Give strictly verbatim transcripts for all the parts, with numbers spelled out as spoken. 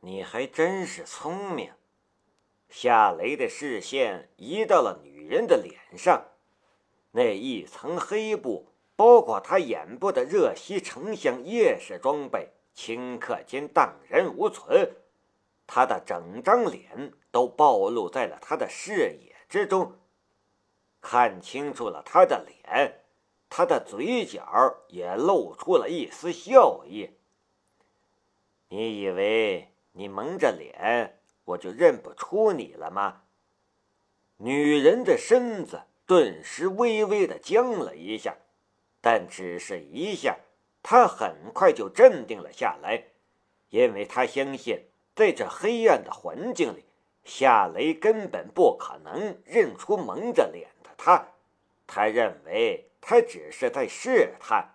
你还真是聪明。夏雷的视线移到了女人的脸上，那一层黑布包括她眼部的热吸成像夜视装备，顷刻间荡然无存。她的整张脸都暴露在了他的视野之中，看清楚了她的脸，他的嘴角也露出了一丝笑意。你以为你蒙着脸我就认不出你了吗？女人的身子顿时微微的僵了一下，但只是一下，她很快就镇定了下来，因为她相信在这黑暗的环境里，夏雷根本不可能认出蒙着脸的他。他认为他只是在试探。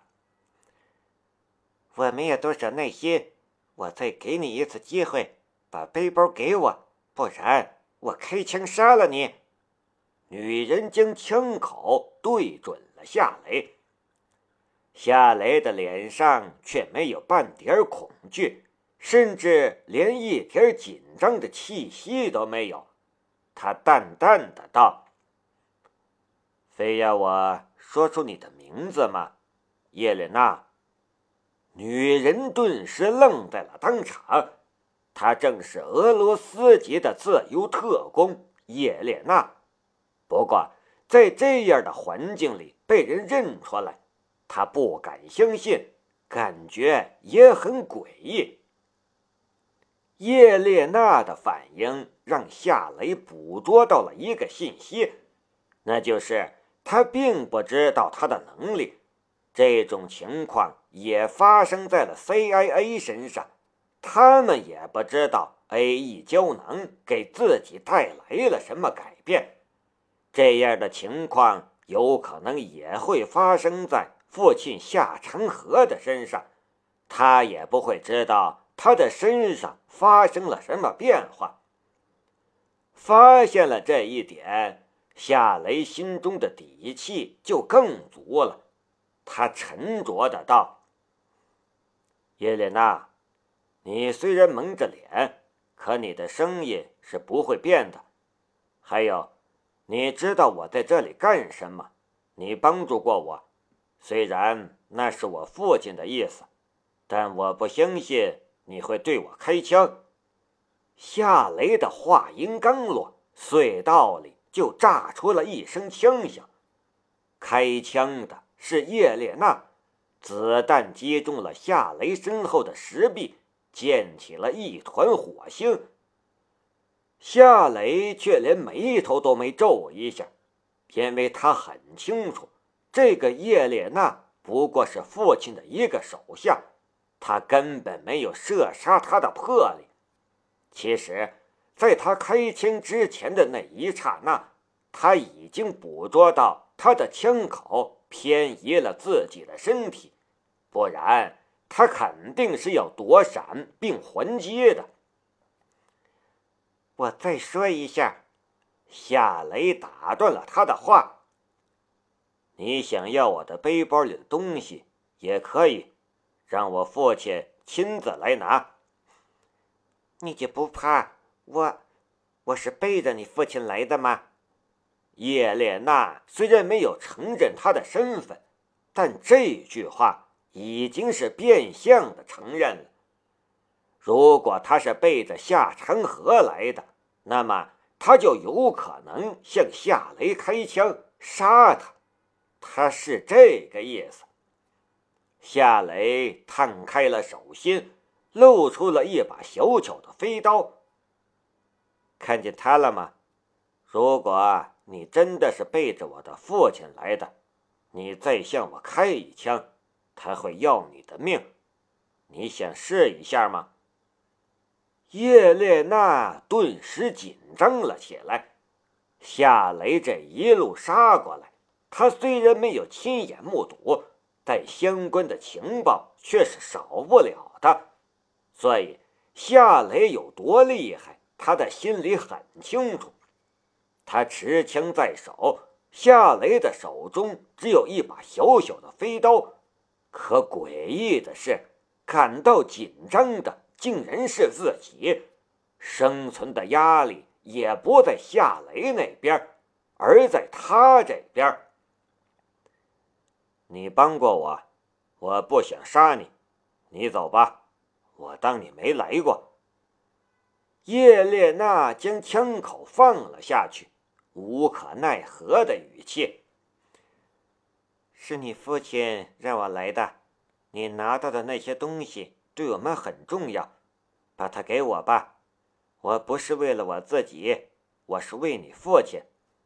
我没有多少耐心，我再给你一次机会，把背包给我，不然我开枪杀了你。女人将枪口对准了夏雷。夏雷的脸上却没有半点恐惧，甚至连一点紧张的气息都没有。他淡淡的道：非要我说出你的名字吗，叶莲娜？女人顿时愣在了当场，她正是俄罗斯籍的自由特工叶莲娜。不过在这样的环境里被人认出来，她不敢相信，感觉也很诡异。叶莲娜的反应让夏雷捕捉到了一个信息，那就是他并不知道他的能力。这种情况也发生在了 C I A 身上，他们也不知道 A E 胶囊给自己带来了什么改变。这样的情况有可能也会发生在父亲夏长河的身上，他也不会知道他的身上发生了什么变化。发现了这一点，夏雷心中的底气就更足了。他沉着的道：叶莲娜，你虽然蒙着脸，可你的声音是不会变的。还有，你知道我在这里干什么，你帮助过我，虽然那是我父亲的意思，但我不相信你会对我开枪。夏雷的话音刚落，隧道里就炸出了一声枪响。开枪的是叶莲娜，子弹击中了夏雷身后的石壁，溅起了一团火星。夏雷却连眉头都没皱一下，因为他很清楚，这个叶莲娜不过是父亲的一个手下，他根本没有射杀他的魄力。其实在他开枪之前的那一刹那，他已经捕捉到他的枪口偏移了自己的身体，不然他肯定是要躲闪并还击的。我再说一下，夏雷打断了他的话。你想要我的背包里的东西也可以，让我父亲亲自来拿。你就不怕我我是背着你父亲来的吗？叶莲娜虽然没有承认他的身份，但这句话已经是变相的承认了。如果他是背着夏长河来的，那么他就有可能向夏雷开枪杀他，他是这个意思。夏雷摊开了手心，露出了一把小巧的飞刀。看见他了吗？如果你真的是背着我的父亲来的，你再向我开一枪，他会要你的命。你想试一下吗？叶莲娜顿时紧张了起来。夏雷这一路杀过来，他虽然没有亲眼目睹，但相关的情报却是少不了的。所以夏雷有多厉害，他的心里很清楚。他持枪在手，夏雷的手中只有一把小小的飞刀。可诡异的是，感到紧张的竟然是自己，生存的压力也不在夏雷那边，而在他这边。你帮过我，我不想杀你，你走吧，我当你没来过。叶列娜将枪口放了下去，无可奈何的语气。是你父亲让我来的，你拿到的那些东西对我们很重要，把它给我吧。我不是为了我自己，我是为你父亲。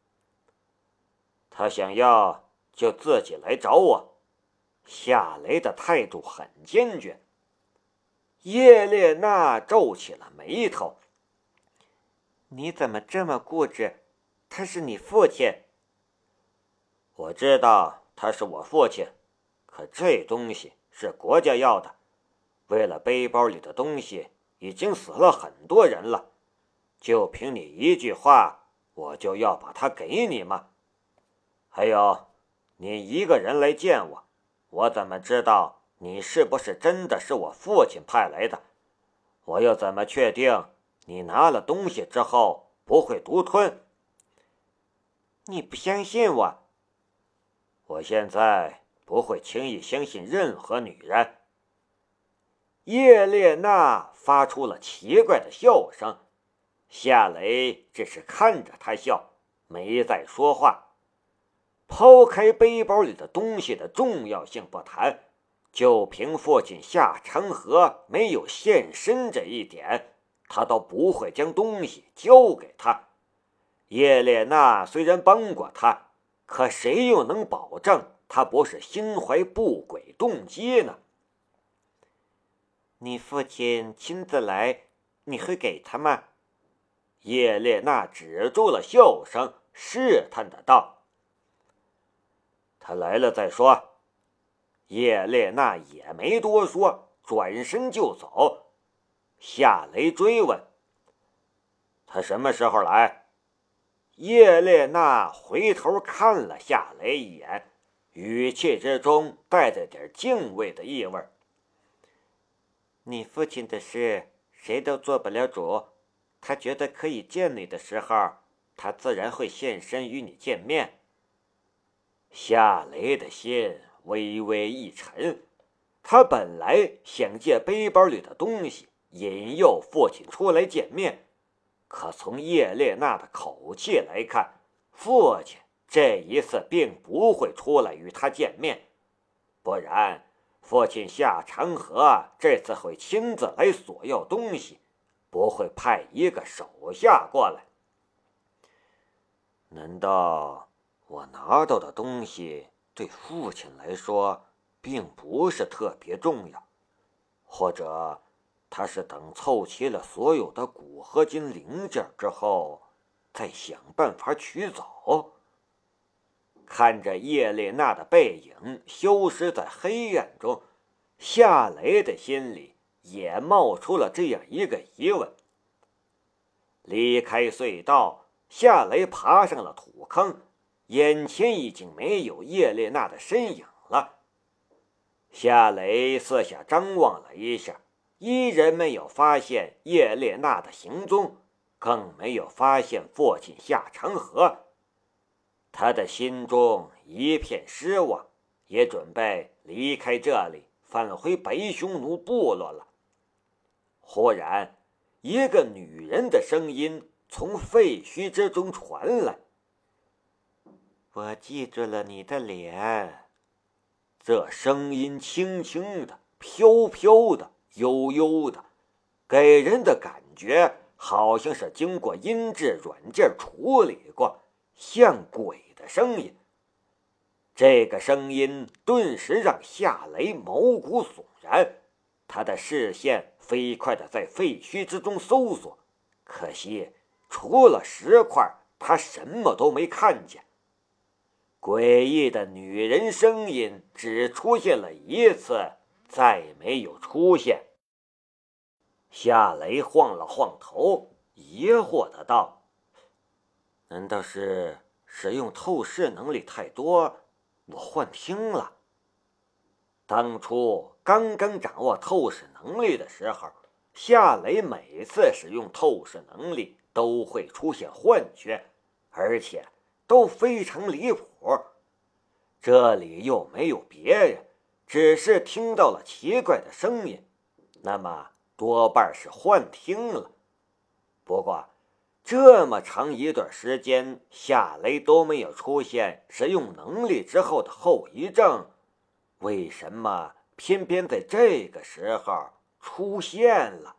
他想要就自己来找我。夏雷的态度很坚决。叶列娜皱起了眉头。你怎么这么固执？他是你父亲。我知道他是我父亲，可这东西是国家要的，为了背包里的东西已经死了很多人了，就凭你一句话，我就要把它给你吗？还有，你一个人来见我，我怎么知道你是不是真的是我父亲派来的？我又怎么确定你拿了东西之后不会独吞？你不相信我？我现在不会轻易相信任何女人。叶列娜发出了奇怪的笑声，夏雷只是看着她笑，没再说话。抛开背包里的东西的重要性不谈，就凭父亲夏长河没有现身这一点，他都不会将东西交给他。叶列娜虽然帮过他，可谁又能保证他不是心怀不轨动机呢？你父亲亲自来，你会给他吗？叶列娜止住了笑声，试探的道。他来了再说。叶列娜也没多说，转身就走。夏雷追问：他什么时候来？叶列娜回头看了夏雷一眼，语气之中带着点敬畏的意味。你父亲的事谁都做不了主，他觉得可以见你的时候，他自然会现身与你见面。夏雷的心微微一沉，他本来想借背包里的东西引诱父亲出来见面，可从叶列娜的口气来看，父亲这一次并不会出来与他见面，不然父亲夏长河这次会亲自来索要东西，不会派一个手下过来。难道我拿到的东西对父亲来说并不是特别重要，或者他是等凑齐了所有的钴合金零件之后再想办法取走？看着叶列娜的背影消失在黑暗中，夏雷的心里也冒出了这样一个疑问。离开隧道，夏雷爬上了土坑，眼前已经没有叶列娜的身影了。夏雷四下张望了一下，依然没有发现叶列娜的行踪，更没有发现父亲夏长河。他的心中一片失望，也准备离开这里，返回白匈奴部落了。忽然，一个女人的声音从废墟之中传来：我记住了你的脸。这声音轻轻的，飘飘的，悠悠的，给人的感觉好像是经过音质软件处理过，像鬼的声音。这个声音顿时让夏雷毛骨悚然，他的视线飞快地在废墟之中搜索，可惜除了石块，他什么都没看见。诡异的女人声音只出现了一次，再没有出现。夏雷晃了晃头，疑惑的道：难道是使用透视能力太多，我幻听了？当初刚刚掌握透视能力的时候， 夏雷每次使用透视能力都会出现幻觉，而且都非常离谱。这里又没有别人，只是听到了奇怪的声音，那么多半是幻听了。不过这么长一段时间，夏雷都没有出现使用能力之后的后遗症，为什么偏偏在这个时候出现了？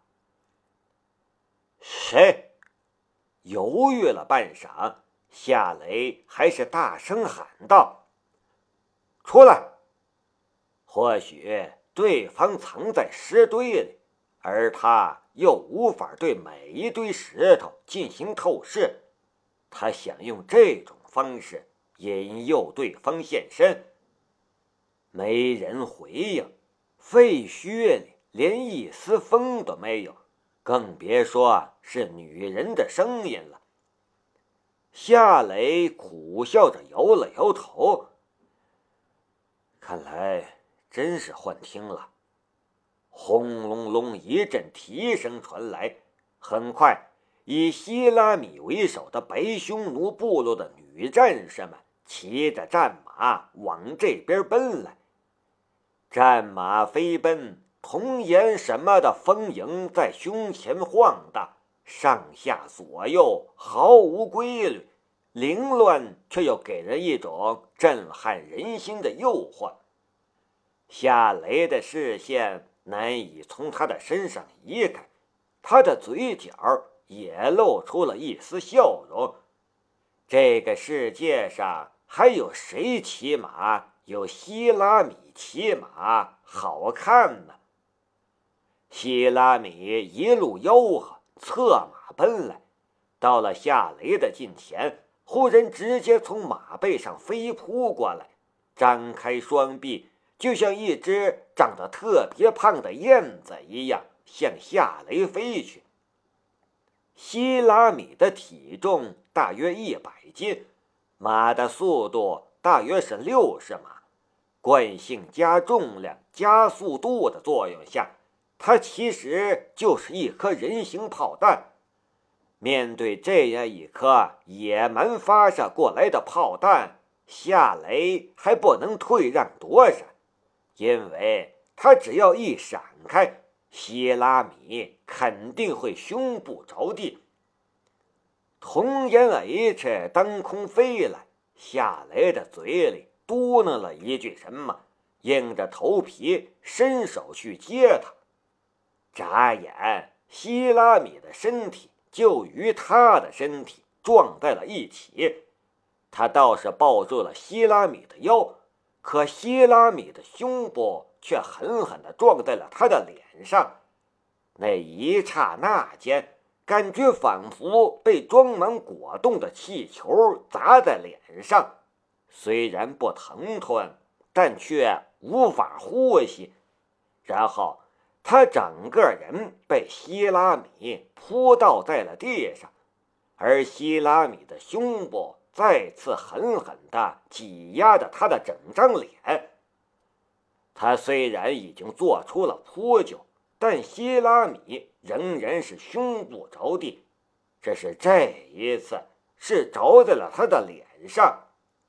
谁？犹豫了半晌，夏雷还是大声喊道：“出来！”或许对方藏在石堆里，而他又无法对每一堆石头进行透视，他想用这种方式引诱对方现身。没人回应，废墟里连一丝风都没有，更别说是女人的声音了。夏雷苦笑着摇了摇头，看来真是幻听了。轰隆隆一阵蹄声传来，很快以希拉米为首的白匈奴部落的女战士们骑着战马往这边奔来。战马飞奔，铜岩什么的丰盈在胸前晃荡，上下左右毫无规律，凌乱却又给人一种震撼人心的诱惑。夏雷的视线难以从他的身上移开，他的嘴角也露出了一丝笑容。这个世界上还有谁骑马有希拉米骑马好看呢？希拉米一路吆喝，策马奔来，到了夏雷的近前，忽然直接从马背上飞扑过来，张开双臂，就像一只长得特别胖的燕子一样向夏雷飞去。希拉米的体重大约一百斤，马的速度大约是六十码，惯性加重量加速度的作用下，它其实就是一颗人形炮弹。面对这样一颗野蛮发射过来的炮弹，夏雷还不能退让躲闪，因为他只要一闪开，希拉米肯定会胸部着地。铜岩 H 当空飞来，夏雷的嘴里嘟囔了一句什么，硬着头皮伸手去接他。眨眼，希拉米的身体就与他的身体撞在了一起，他倒是抱住了希拉米的腰，可希拉米的胸部却狠狠地撞在了他的脸上。那一刹那间，感觉仿佛被装满果冻的气球砸在脸上，虽然不疼痛，但却无法呼吸。然后他整个人被希拉米扑倒在了地上，而希拉米的胸部再次狠狠地挤压着他的整张脸。他虽然已经做出了扑救，但希拉米仍然是胸部着地，只是这一次是着在了他的脸上。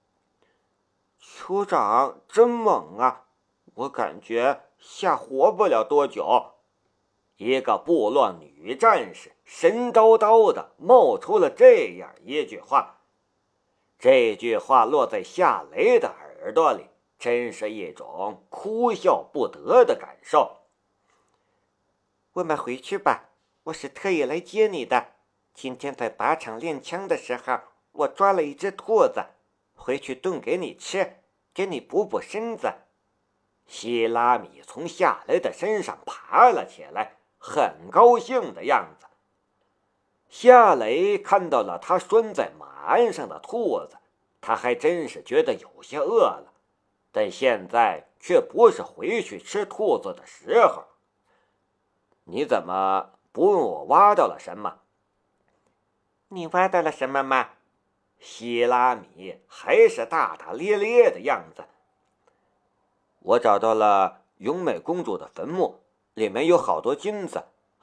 酋长真猛啊，我感觉下活不了多久。一个部落女战士神叨叨的冒出了这样一句话，这句话落在夏雷的耳朵里，真是一种哭笑不得的感受。我们回去吧，我是特意来接你的。今天在靶场练枪的时候，我抓了一只兔子，回去炖给你吃，给你补补身子。希拉米从夏雷的身上爬了起来，很高兴的样子。夏雷看到了他拴在马鞍上的兔子，他还真是觉得有些饿了，但现在却不是回去吃兔子的时候。你怎么不问我挖到了什么？你挖到了什么吗？希拉米还是大大咧咧的样子。我找到了永美公主的坟墓，里面有好多金子，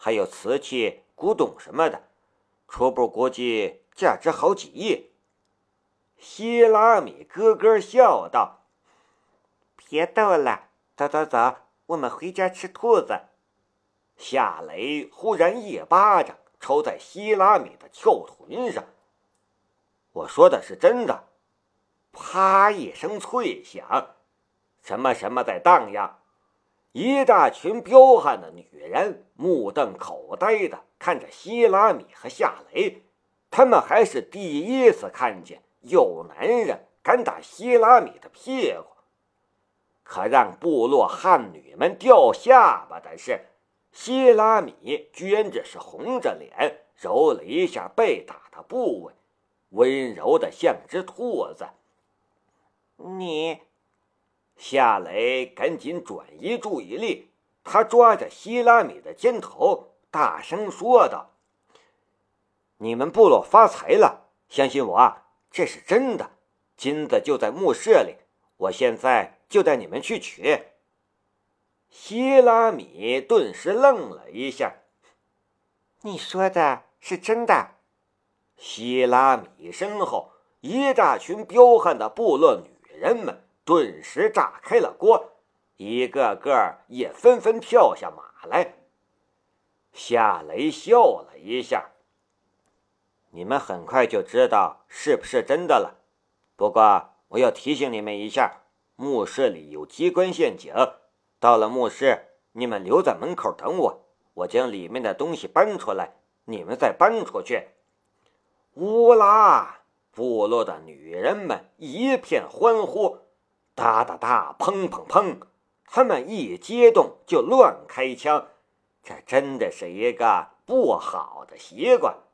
还有瓷器、古董什么的，初步估计价值好几亿。希拉米咯咯笑道：“别逗了，走走走，我们回家吃兔子。”夏雷忽然一巴掌抽在希拉米的翘臀上。我说的是真的。啪一声脆响，什么什么在荡漾。一大群彪悍的女人目瞪口呆地看着希拉米和夏雷，他们还是第一次看见有男人敢打希拉米的屁股。可让部落汉女们掉下巴的是，希拉米居然只是红着脸揉了一下被打的部位，温柔的像只兔子。你，夏雷赶紧转移注意力，他抓着希拉米的肩头，大声说道：“你们部落发财了，相信我啊，这是真的。金子就在墓室里，我现在就带你们去取。”希拉米顿时愣了一下：“你说的是真的？”希拉米身后，一大群彪悍的部落女人们顿时炸开了锅，一个个也纷纷跳下马来。夏雷笑了一下：“你们很快就知道是不是真的了。不过我要提醒你们一下，墓室里有机关陷阱，到了墓室，你们留在门口等我，我将里面的东西搬出来，你们再搬出去。”乌拉！部落的女人们一片欢呼，哒哒哒，砰砰砰，他们一激动就乱开枪，这真的是一个不好的习惯。